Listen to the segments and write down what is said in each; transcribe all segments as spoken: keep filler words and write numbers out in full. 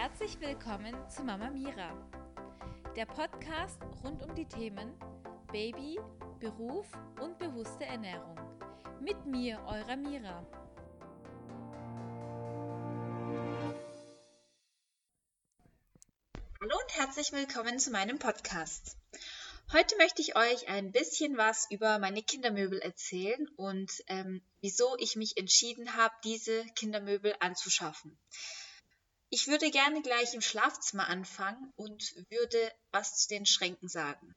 Herzlich willkommen zu Mama Mira, der Podcast rund um die Themen Baby, Beruf und bewusste Ernährung. Mit mir, eurer Mira. Hallo und herzlich willkommen zu meinem Podcast. Heute möchte ich euch ein bisschen was über meine Kindermöbel erzählen und ähm, wieso ich mich entschieden habe, diese Kindermöbel anzuschaffen. Ich würde gerne gleich im Schlafzimmer anfangen und würde was zu den Schränken sagen.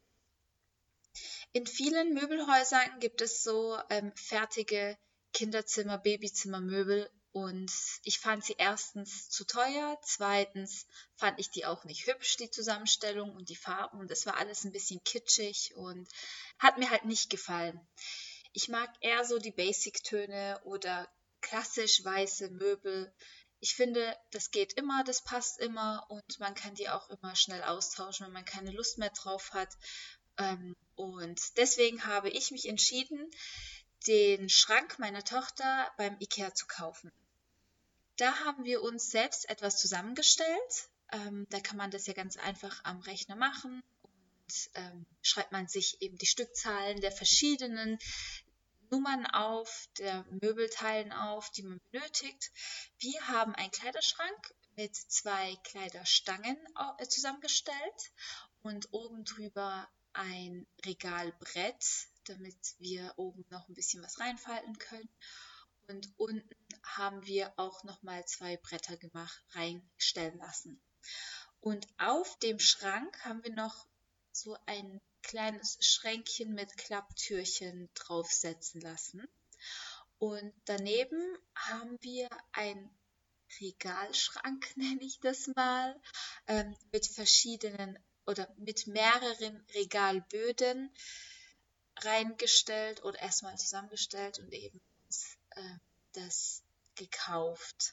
In vielen Möbelhäusern gibt es so ähm, fertige Kinderzimmer-, Babyzimmermöbel und ich fand sie erstens zu teuer, zweitens fand ich die auch nicht hübsch, die Zusammenstellung und die Farben, und es war alles ein bisschen kitschig und hat mir halt nicht gefallen. Ich mag eher so die Basic-Töne oder klassisch weiße Möbel. Ich finde, das geht immer, das passt immer und man kann die auch immer schnell austauschen, wenn man keine Lust mehr drauf hat. Ähm, und deswegen habe ich mich entschieden, den Schrank meiner Tochter beim IKEA zu kaufen. Da haben wir uns selbst etwas zusammengestellt. Ähm, da kann man das ja ganz einfach am Rechner machen und ähm, schreibt man sich eben die Stückzahlen der verschiedenen Nummern auf, der Möbelteilen auf, die man benötigt. Wir haben einen Kleiderschrank mit zwei Kleiderstangen zusammengestellt und oben drüber ein Regalbrett, damit wir oben noch ein bisschen was reinfalten können. Und unten haben wir auch nochmal zwei Bretter gemacht, reinstellen lassen. Und auf dem Schrank haben wir noch so ein kleines Schränkchen mit Klapptürchen draufsetzen lassen. Und daneben haben wir einen Regalschrank, nenne ich das mal, ähm, mit verschiedenen oder mit mehreren Regalböden reingestellt oder erstmal zusammengestellt und eben äh, das gekauft.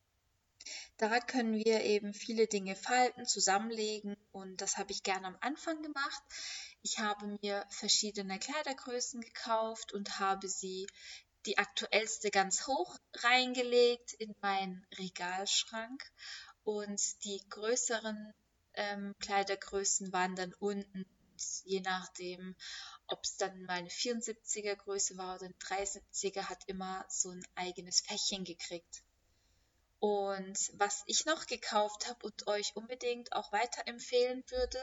Da können wir eben viele Dinge falten, zusammenlegen und das habe ich gerne am Anfang gemacht. Ich habe mir verschiedene Kleidergrößen gekauft und habe sie die aktuellste ganz hoch reingelegt in meinen Regalschrank und die größeren ähm, Kleidergrößen waren dann unten, je nachdem, ob es dann mal eine vierundsiebziger Größe war oder eine dreiundsiebziger, hat immer so ein eigenes Fächchen gekriegt. Und was ich noch gekauft habe und euch unbedingt auch weiterempfehlen würde,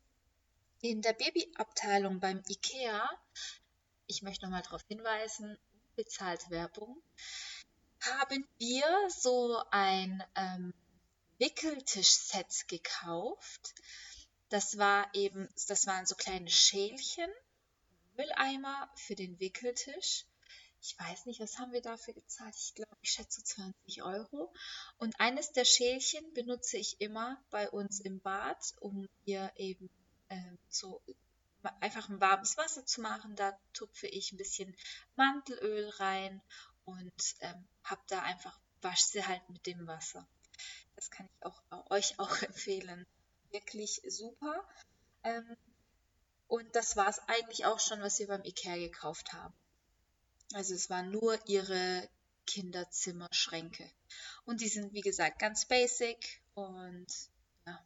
in der Babyabteilung beim IKEA, ich möchte nochmal darauf hinweisen, bezahlte Werbung, haben wir so ein ähm, Wickeltischset gekauft. Das war eben, das waren so kleine Schälchen, Mülleimer für den Wickeltisch. Ich weiß nicht, was haben wir dafür gezahlt? Ich glaube, ich schätze zwanzig Euro. Und eines der Schälchen benutze ich immer bei uns im Bad, um hier eben ähm, so einfach ein warmes Wasser zu machen. Da tupfe ich ein bisschen Mandelöl rein und ähm, habe da einfach, wasche sie halt mit dem Wasser. Das kann ich auch, auch euch auch empfehlen. Wirklich super. Ähm, und das war es eigentlich auch schon, was wir beim IKEA gekauft haben. Also es waren nur ihre Kinderzimmerschränke. Und die sind, wie gesagt, ganz basic. Und ja.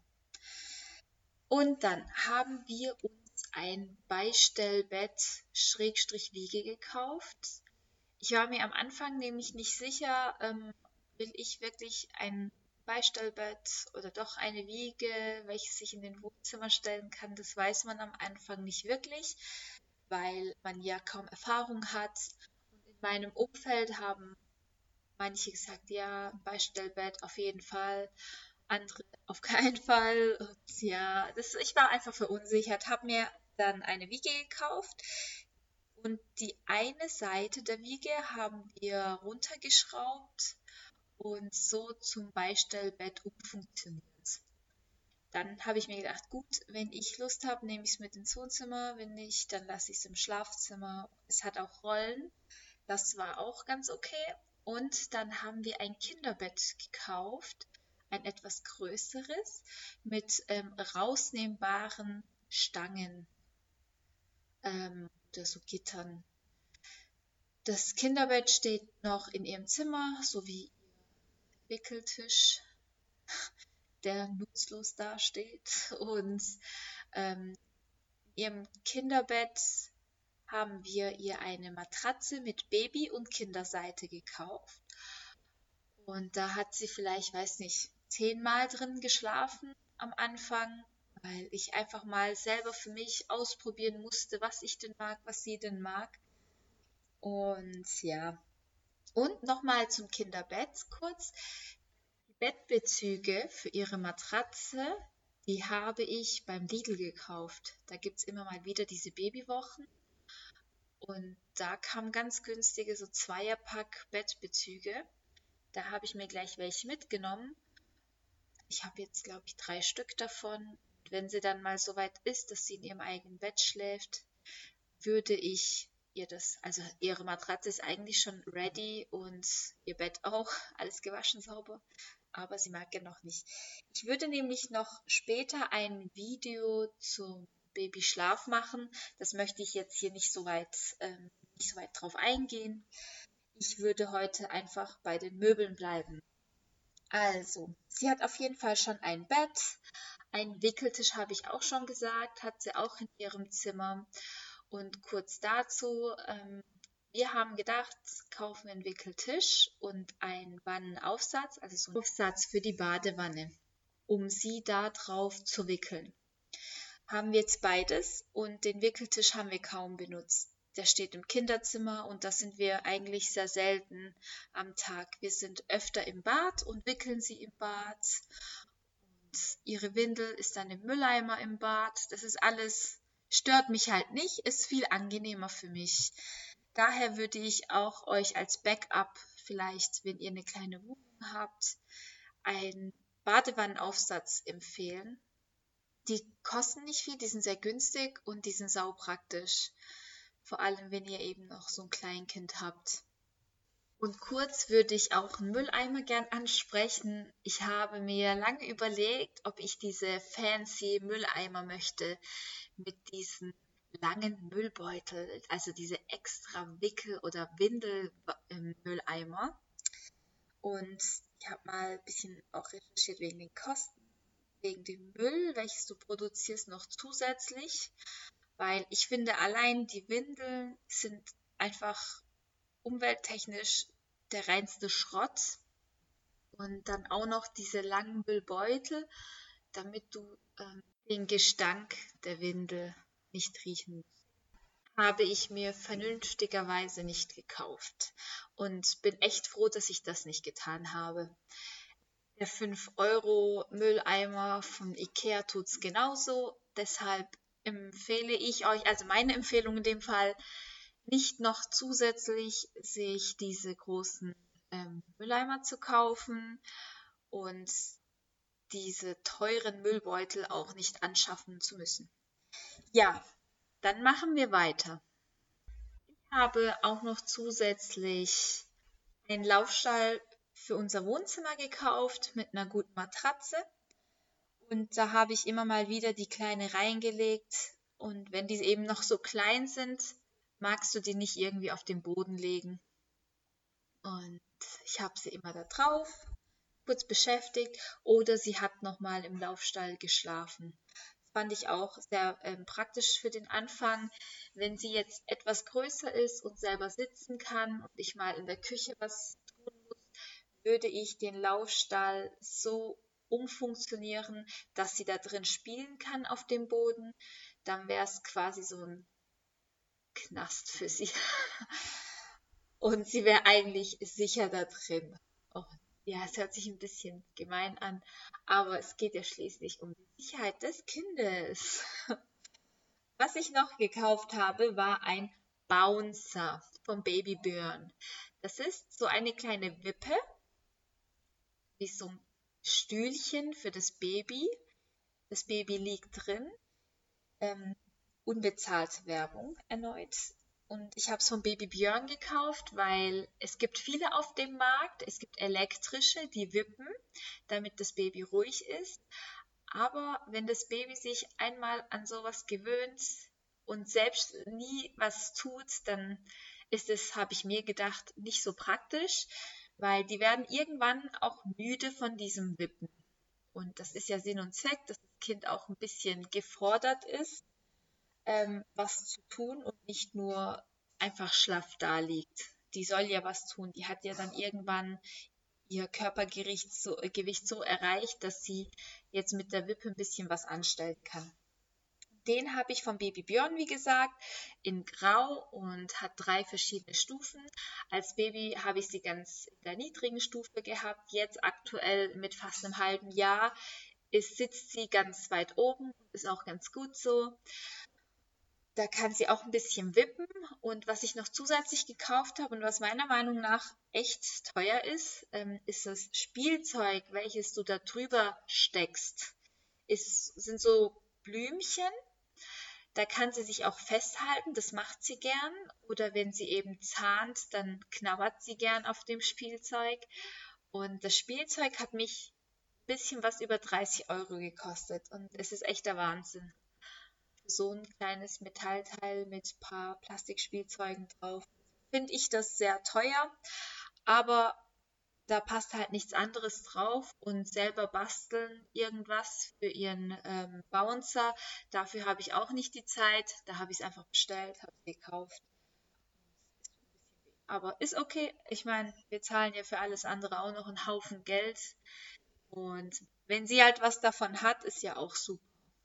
Und dann haben wir uns ein Beistellbett Schrägstrich Wiege gekauft. Ich war mir am Anfang nämlich nicht sicher, ähm, will ich wirklich ein Beistellbett oder doch eine Wiege, welches sich in den Wohnzimmer stellen kann. Das weiß man am Anfang nicht wirklich, weil man ja kaum Erfahrung hat. Und in meinem Umfeld haben manche gesagt, ja, ein Beistellbett auf jeden Fall, andere auf keinen Fall. Und ja, das, ich war einfach verunsichert, habe mir dann eine Wiege gekauft. Und die eine Seite der Wiege haben wir runtergeschraubt und so zum Beistellbett umfunktioniert. Dann habe ich mir gedacht, gut, wenn ich Lust habe, nehme ich es mit ins Wohnzimmer, wenn nicht, dann lasse ich es im Schlafzimmer. Es hat auch Rollen, das war auch ganz okay. Und dann haben wir ein Kinderbett gekauft, ein etwas größeres, mit ähm, rausnehmbaren Stangen ähm, oder so Gittern. Das Kinderbett steht noch in ihrem Zimmer, sowie ihr Wickeltisch. der nutzlos dasteht. Und ähm, in ihrem Kinderbett haben wir ihr eine Matratze mit Baby- und Kinderseite gekauft. Und da hat sie vielleicht, weiß nicht, zehnmal drin geschlafen am Anfang, weil ich einfach mal selber für mich ausprobieren musste, was ich denn mag, was sie denn mag. Und ja, und nochmal zum Kinderbett kurz. Die Bettbezüge für ihre Matratze, die habe ich beim Lidl gekauft. Da gibt es immer mal wieder diese Babywochen. Und da kam ganz günstige so Zweierpack Bettbezüge. Da habe ich mir gleich welche mitgenommen. Ich habe jetzt, glaube ich, drei Stück davon. Und wenn sie dann mal so weit ist, dass sie in ihrem eigenen Bett schläft, würde ich ihr das, also ihre Matratze ist eigentlich schon ready und ihr Bett auch, alles gewaschen, sauber, aber sie mag ja noch nicht. Ich würde nämlich noch später ein Video zum Babyschlaf machen. Das möchte ich jetzt hier nicht so weit, ähm, nicht so weit drauf eingehen. Ich würde heute einfach bei den Möbeln bleiben. Also, sie hat auf jeden Fall schon ein Bett. Einen Wickeltisch habe ich auch schon gesagt, hat sie auch in ihrem Zimmer. Und kurz dazu, ähm, wir haben gedacht, kaufen wir einen Wickeltisch und einen Wannenaufsatz, also so einen Aufsatz für die Badewanne, um sie da drauf zu wickeln. Haben wir jetzt beides und den Wickeltisch haben wir kaum benutzt. Der steht im Kinderzimmer und da sind wir eigentlich sehr selten am Tag. Wir sind öfter im Bad und wickeln sie im Bad. Und ihre Windel ist dann im Mülleimer im Bad. Das ist alles, stört mich halt nicht, ist viel angenehmer für mich. Daher würde ich auch euch als Backup vielleicht, wenn ihr eine kleine Wohnung habt, einen Badewannenaufsatz empfehlen. Die kosten nicht viel, die sind sehr günstig und die sind saupraktisch. Vor allem, wenn ihr eben noch so ein Kleinkind habt. Und kurz würde ich auch einen Mülleimer gern ansprechen. Ich habe mir lange überlegt, ob ich diese fancy Mülleimer möchte mit diesen langen Müllbeutel, also diese extra Wickel- oder Windel-Mülleimer. Und ich habe mal ein bisschen auch recherchiert wegen den Kosten, wegen dem Müll, welches du produzierst, noch zusätzlich. Weil ich finde, allein die Windeln sind einfach umwelttechnisch der reinste Schrott. Und dann auch noch diese langen Müllbeutel, damit du ähm, den Gestank der Windel nicht riechen musst. Habe ich mir vernünftigerweise nicht gekauft. Und bin echt froh, dass ich das nicht getan habe. Der fünf Euro Mülleimer von Ikea tut es genauso. Deshalb empfehle ich euch, also meine Empfehlung in dem Fall, nicht noch zusätzlich sich diese großen ähm, Mülleimer zu kaufen und diese teuren Müllbeutel auch nicht anschaffen zu müssen. Ja, dann machen wir weiter. Ich habe auch noch zusätzlich einen Laufstall für unser Wohnzimmer gekauft mit einer guten Matratze. Und da habe ich immer mal wieder die Kleine reingelegt. Und wenn die eben noch so klein sind, magst du die nicht irgendwie auf den Boden legen. Und ich habe sie immer da drauf, kurz beschäftigt. Oder sie hat nochmal im Laufstall geschlafen. Das fand ich auch sehr ähm, praktisch für den Anfang. Wenn sie jetzt etwas größer ist und selber sitzen kann und ich mal in der Küche was tun muss, würde ich den Laufstall so umfunktionieren, dass sie da drin spielen kann auf dem Boden. Dann wäre es quasi so ein Knast für sie. Und sie wäre eigentlich sicher da drin. Oh, ja, es hört sich ein bisschen gemein an, aber es geht ja schließlich um die Sicherheit des Kindes. Was ich noch gekauft habe, war ein Bouncer vom Babybjörn. Das ist so eine kleine Wippe, wie so ein Stühlchen für das Baby. Das Baby liegt drin. Ähm, unbezahlte Werbung erneut. Und ich habe es vom Babybjörn gekauft, weil es gibt viele auf dem Markt. Es gibt elektrische, die wippen, damit das Baby ruhig ist. Aber wenn das Baby sich einmal an sowas gewöhnt und selbst nie was tut, dann ist es, habe ich mir gedacht, nicht so praktisch, weil die werden irgendwann auch müde von diesem Wippen. Und das ist ja Sinn und Zweck, dass das Kind auch ein bisschen gefordert ist, ähm, was zu tun und nicht nur einfach schlaff da liegt. Die soll ja was tun. Die hat ja dann irgendwann ihr Körpergewicht so, äh, Gewicht so erreicht, dass sie jetzt mit der Wippe ein bisschen was anstellen kann. Den habe ich vom Baby Björn, wie gesagt, in Grau und hat drei verschiedene Stufen. Als Baby habe ich sie ganz in der niedrigen Stufe gehabt. Jetzt aktuell mit fast einem halben Jahr ist, sitzt sie ganz weit oben, ist auch ganz gut so. Da kann sie auch ein bisschen wippen. Und was ich noch zusätzlich gekauft habe und was meiner Meinung nach echt teuer ist, ähm, ist das Spielzeug, welches du da drüber steckst. Es sind so Blümchen. Da kann sie sich auch festhalten, das macht sie gern. Oder wenn sie eben zahnt, dann knabbert sie gern auf dem Spielzeug. Und das Spielzeug hat mich ein bisschen was über dreißig Euro gekostet. Und es ist echt der Wahnsinn. Für so ein kleines Metallteil mit ein paar Plastikspielzeugen drauf finde ich das sehr teuer. Aber da passt halt nichts anderes drauf und selber basteln irgendwas für ihren ähm, Bouncer. Dafür habe ich auch nicht die Zeit. Da habe ich es einfach bestellt, habe es gekauft. Aber ist okay. Ich meine, wir zahlen ja für alles andere auch noch einen Haufen Geld. Und wenn sie halt was davon hat, ist ja auch super.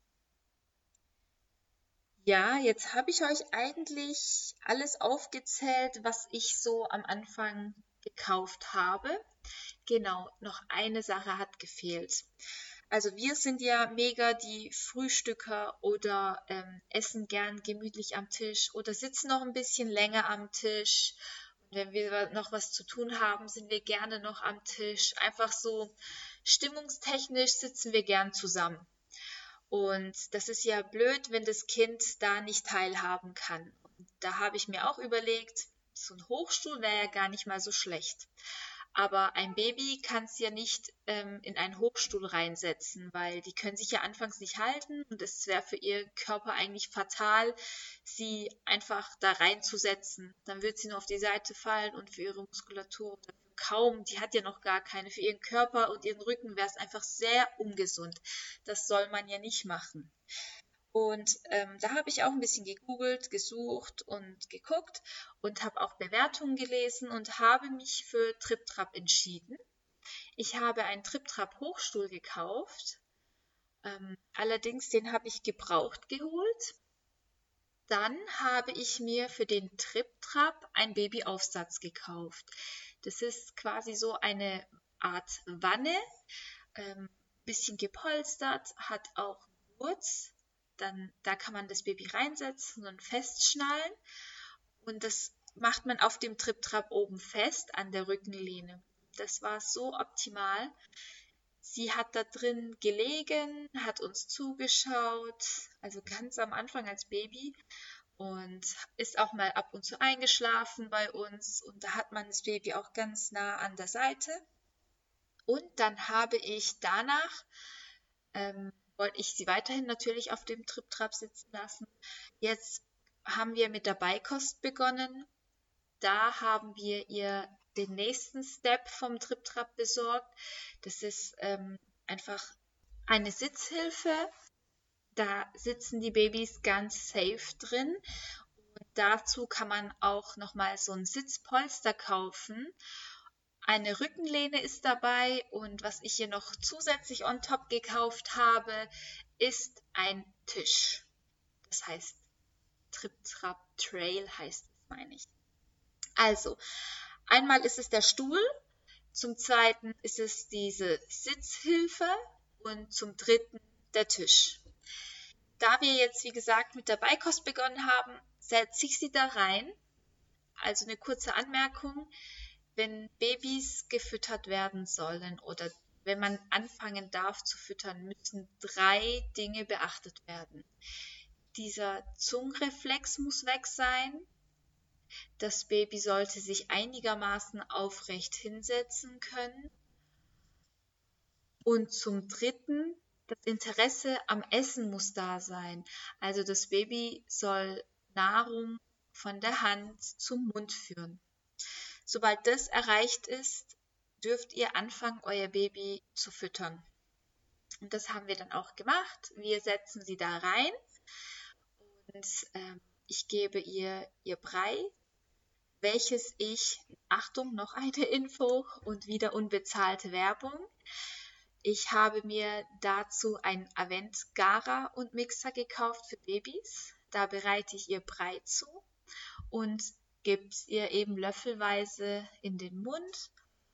Ja, jetzt habe ich euch eigentlich alles aufgezählt, was ich so am Anfang gekauft habe. Genau, noch eine Sache hat gefehlt. Also wir sind ja mega die Frühstücker oder ähm, essen gern gemütlich am Tisch oder sitzen noch ein bisschen länger am Tisch. Und wenn wir noch was zu tun haben, sind wir gerne noch am Tisch. Einfach so stimmungstechnisch sitzen wir gern zusammen. Und das ist ja blöd, wenn das Kind da nicht teilhaben kann. Und da habe ich mir auch überlegt, so ein Hochstuhl wäre ja gar nicht mal so schlecht. Aber ein Baby kann es ja nicht ähm, in einen Hochstuhl reinsetzen, weil die können sich ja anfangs nicht halten und es wäre für ihr Körper eigentlich fatal, sie einfach da reinzusetzen. Dann wird sie nur auf die Seite fallen und für ihre Muskulatur oder kaum, die hat ja noch gar keine, für ihren Körper und ihren Rücken wäre es einfach sehr ungesund. Das soll man ja nicht machen. Und ähm, da habe ich auch ein bisschen gegoogelt, gesucht und geguckt und habe auch Bewertungen gelesen und habe mich für TripTrap entschieden. Ich habe einen TripTrap Hochstuhl gekauft. Ähm, allerdings den habe ich gebraucht geholt. Dann habe ich mir für den TripTrap einen Babyaufsatz gekauft. Das ist quasi so eine Art Wanne, ähm, bisschen gepolstert, hat auch Gurt. Dann, da kann man das Baby reinsetzen und festschnallen. Und das macht man auf dem TripTrap oben fest an der Rückenlehne. Das war so optimal. Sie hat da drin gelegen, hat uns zugeschaut, also ganz am Anfang als Baby und ist auch mal ab und zu eingeschlafen bei uns. Und da hat man das Baby auch ganz nah an der Seite. Und dann habe ich danach ähm, wollte ich sie weiterhin natürlich auf dem TripTrap sitzen lassen. Jetzt haben wir mit der Beikost begonnen. Da haben wir ihr den nächsten Step vom TripTrap besorgt. Das ist ähm, einfach eine Sitzhilfe. Da sitzen die Babys ganz safe drin. Und dazu kann man auch nochmal so ein Sitzpolster kaufen. Eine Rückenlehne ist dabei und was ich hier noch zusätzlich on top gekauft habe, ist ein Tisch. Das heißt TripTrap Trail heißt es, meine ich. Also, einmal ist es der Stuhl, zum zweiten ist es diese Sitzhilfe und zum dritten der Tisch. Da wir jetzt, wie gesagt, mit der Beikost begonnen haben, setze ich sie da rein. Also eine kurze Anmerkung. Wenn Babys gefüttert werden sollen oder wenn man anfangen darf zu füttern, müssen drei Dinge beachtet werden. Dieser Zungenreflex muss weg sein. Das Baby sollte sich einigermaßen aufrecht hinsetzen können. Und zum Dritten, das Interesse am Essen muss da sein. Also das Baby soll Nahrung von der Hand zum Mund führen. Sobald das erreicht ist, dürft ihr anfangen, euer Baby zu füttern. Und das haben wir dann auch gemacht. Wir setzen sie da rein und ähm, ich gebe ihr ihr Brei, welches ich, Achtung, noch eine Info und wieder unbezahlte Werbung. Ich habe mir dazu einen Avent-Garer und Mixer gekauft für Babys. Da bereite ich ihr Brei zu und gebe es ihr eben löffelweise in den Mund.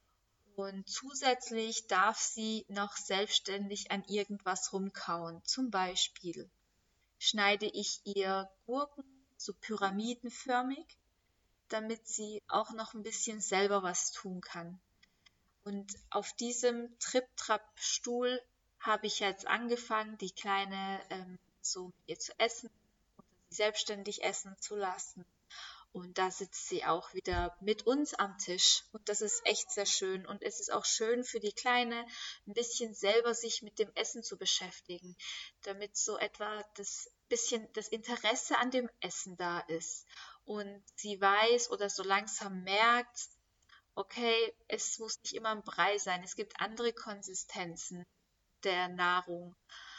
Und zusätzlich darf sie noch selbstständig an irgendwas rumkauen. Zum Beispiel schneide ich ihr Gurken so pyramidenförmig, damit sie auch noch ein bisschen selber was tun kann. Und auf diesem Trip-Trap-Stuhl habe ich jetzt angefangen, die Kleine ähm, so mit ihr zu essen und sie selbstständig essen zu lassen. Und da sitzt sie auch wieder mit uns am Tisch. Und das ist echt sehr schön. Und es ist auch schön für die Kleine, ein bisschen selber sich mit dem Essen zu beschäftigen, damit so etwa das bisschen das Interesse an dem Essen da ist. Und sie weiß oder so langsam merkt, okay, es muss nicht immer ein Brei sein. Es gibt andere Konsistenzen der Nahrung.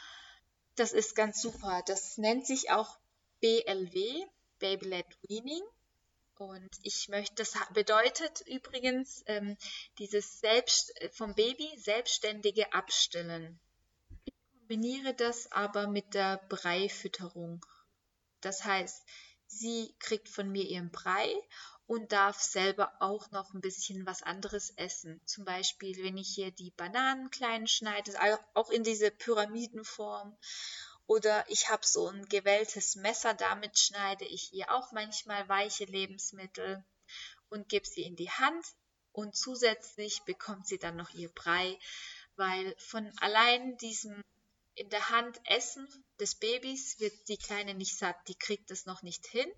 Das ist ganz super. Das nennt sich auch B L W, Baby-led Weaning. Und ich möchte, das bedeutet übrigens ähm, dieses selbst vom Baby selbstständige Abstillen. Ich kombiniere das aber mit der Breifütterung. Das heißt, sie kriegt von mir ihren Brei und darf selber auch noch ein bisschen was anderes essen. Zum Beispiel, wenn ich hier die Bananen klein schneide, auch in diese Pyramidenform. Oder ich habe so ein gewelltes Messer, damit schneide ich ihr auch manchmal weiche Lebensmittel und gebe sie in die Hand. Und zusätzlich bekommt sie dann noch ihr Brei, weil von allein diesem in der Hand Essen des Babys wird die Kleine nicht satt, die kriegt es noch nicht hin.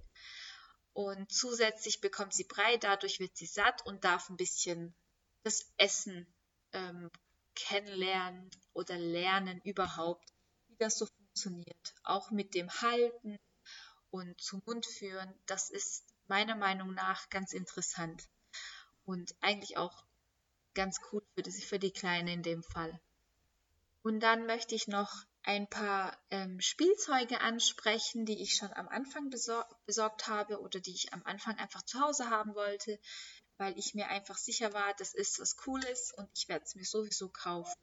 Und zusätzlich bekommt sie Brei, dadurch wird sie satt und darf ein bisschen das Essen ähm, kennenlernen oder lernen überhaupt, wie das so funktioniert. Auch mit dem Halten und zum Mund führen, das ist meiner Meinung nach ganz interessant und eigentlich auch ganz cool für die, für die Kleine in dem Fall. Und dann möchte ich noch ein paar ähm, Spielzeuge ansprechen, die ich schon am Anfang besor- besorgt habe oder die ich am Anfang einfach zu Hause haben wollte, weil ich mir einfach sicher war, das ist was Cooles und ich werde es mir sowieso kaufen.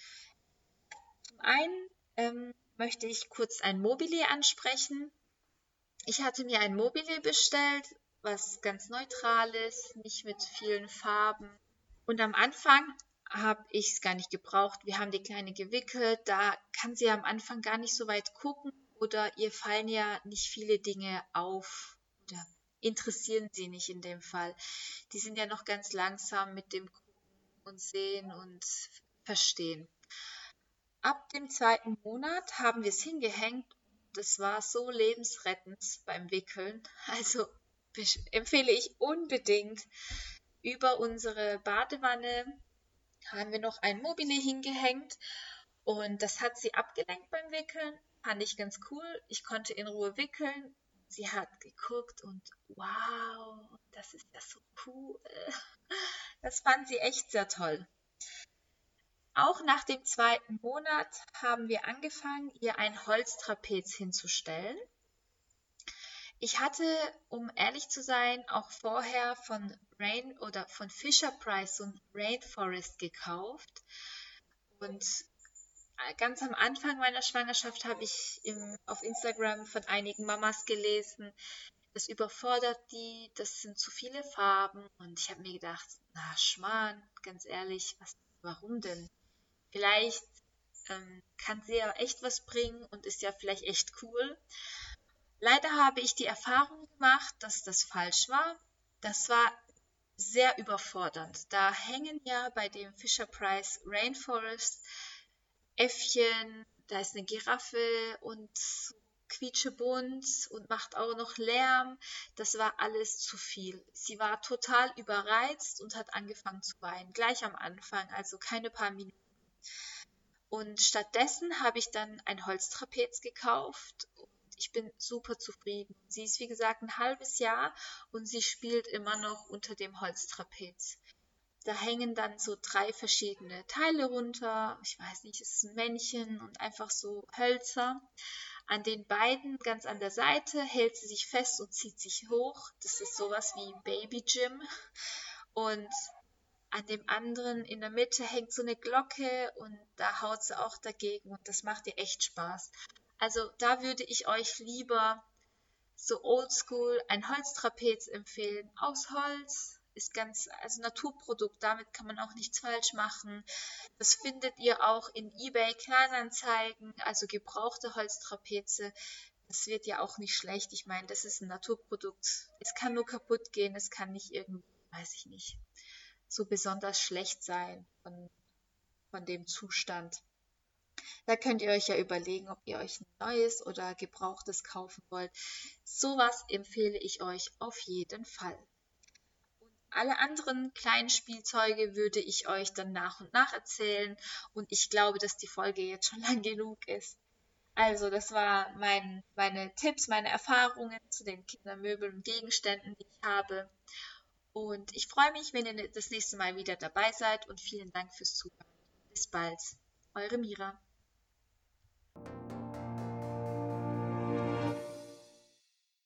Zum einen ähm, möchte ich kurz ein Mobile ansprechen. Ich hatte mir ein Mobile bestellt, was ganz neutral ist, nicht mit vielen Farben. Und am Anfang habe ich es gar nicht gebraucht. Wir haben die Kleine gewickelt, da kann sie am Anfang gar nicht so weit gucken oder ihr fallen ja nicht viele Dinge auf oder interessieren sie nicht in dem Fall. Die sind ja noch ganz langsam mit dem Gucken und Sehen und Verstehen. Ab dem zweiten Monat haben wir es hingehängt. Das war so lebensrettend beim Wickeln. Also empfehle ich unbedingt. Über unsere Badewanne haben wir noch ein Mobile hingehängt und das hat sie abgelenkt beim Wickeln. Fand ich ganz cool. Ich konnte in Ruhe wickeln. Sie hat geguckt und wow, das ist ja so cool. Das fand sie echt sehr toll. Auch nach dem zweiten Monat haben wir angefangen, ihr ein Holztrapez hinzustellen. Ich hatte, um ehrlich zu sein, auch vorher von Rain oder von Fisher-Price so ein Rainforest gekauft. Und ganz am Anfang meiner Schwangerschaft habe ich im, auf Instagram von einigen Mamas gelesen, das überfordert die, das sind zu viele Farben. Und ich habe mir gedacht, na Schmarrn, ganz ehrlich, was, warum denn? Vielleicht ähm, kann sie ja echt was bringen und ist ja vielleicht echt cool. Leider habe ich die Erfahrung gemacht, dass das falsch war. Das war sehr überfordernd. Da hängen ja bei dem Fisher-Price Rainforest Äffchen, da ist eine Giraffe und quietschebunt und macht auch noch Lärm. Das war alles zu viel. Sie war total überreizt und hat angefangen zu weinen, gleich am Anfang, also keine paar Minuten. Und stattdessen habe ich dann ein Holztrapez gekauft und ich bin super zufrieden. Sie ist wie gesagt ein halbes Jahr und sie spielt immer noch unter dem Holztrapez. Da hängen dann so drei verschiedene Teile runter. Ich weiß nicht, es ist ein Männchen und einfach so Hölzer. An den beiden, ganz an der Seite, hält sie sich fest und zieht sich hoch. Das ist sowas wie Baby Gym. Und an dem anderen in der Mitte hängt so eine Glocke und da haut sie auch dagegen und das macht ihr echt Spaß. Also da würde ich euch lieber so oldschool ein Holztrapez empfehlen. Aus Holz, ist ganz, also Naturprodukt, damit kann man auch nichts falsch machen. Das findet ihr auch in eBay Kleinanzeigen, also gebrauchte Holztrapeze. Das wird ja auch nicht schlecht. Ich meine, das ist ein Naturprodukt. Es kann nur kaputt gehen, es kann nicht irgendwie, weiß ich nicht, so besonders schlecht sein von, von dem Zustand. Da könnt ihr euch ja überlegen, ob ihr euch ein neues oder gebrauchtes kaufen wollt. Sowas empfehle ich euch auf jeden Fall. Und alle anderen kleinen Spielzeuge würde ich euch dann nach und nach erzählen. Und ich glaube, dass die Folge jetzt schon lang genug ist. Also, das war mein, meine Tipps, meine Erfahrungen zu den Kindermöbeln und Gegenständen, die ich habe. Und ich freue mich, wenn ihr das nächste Mal wieder dabei seid und vielen Dank fürs Zuhören. Bis bald. Eure Mira.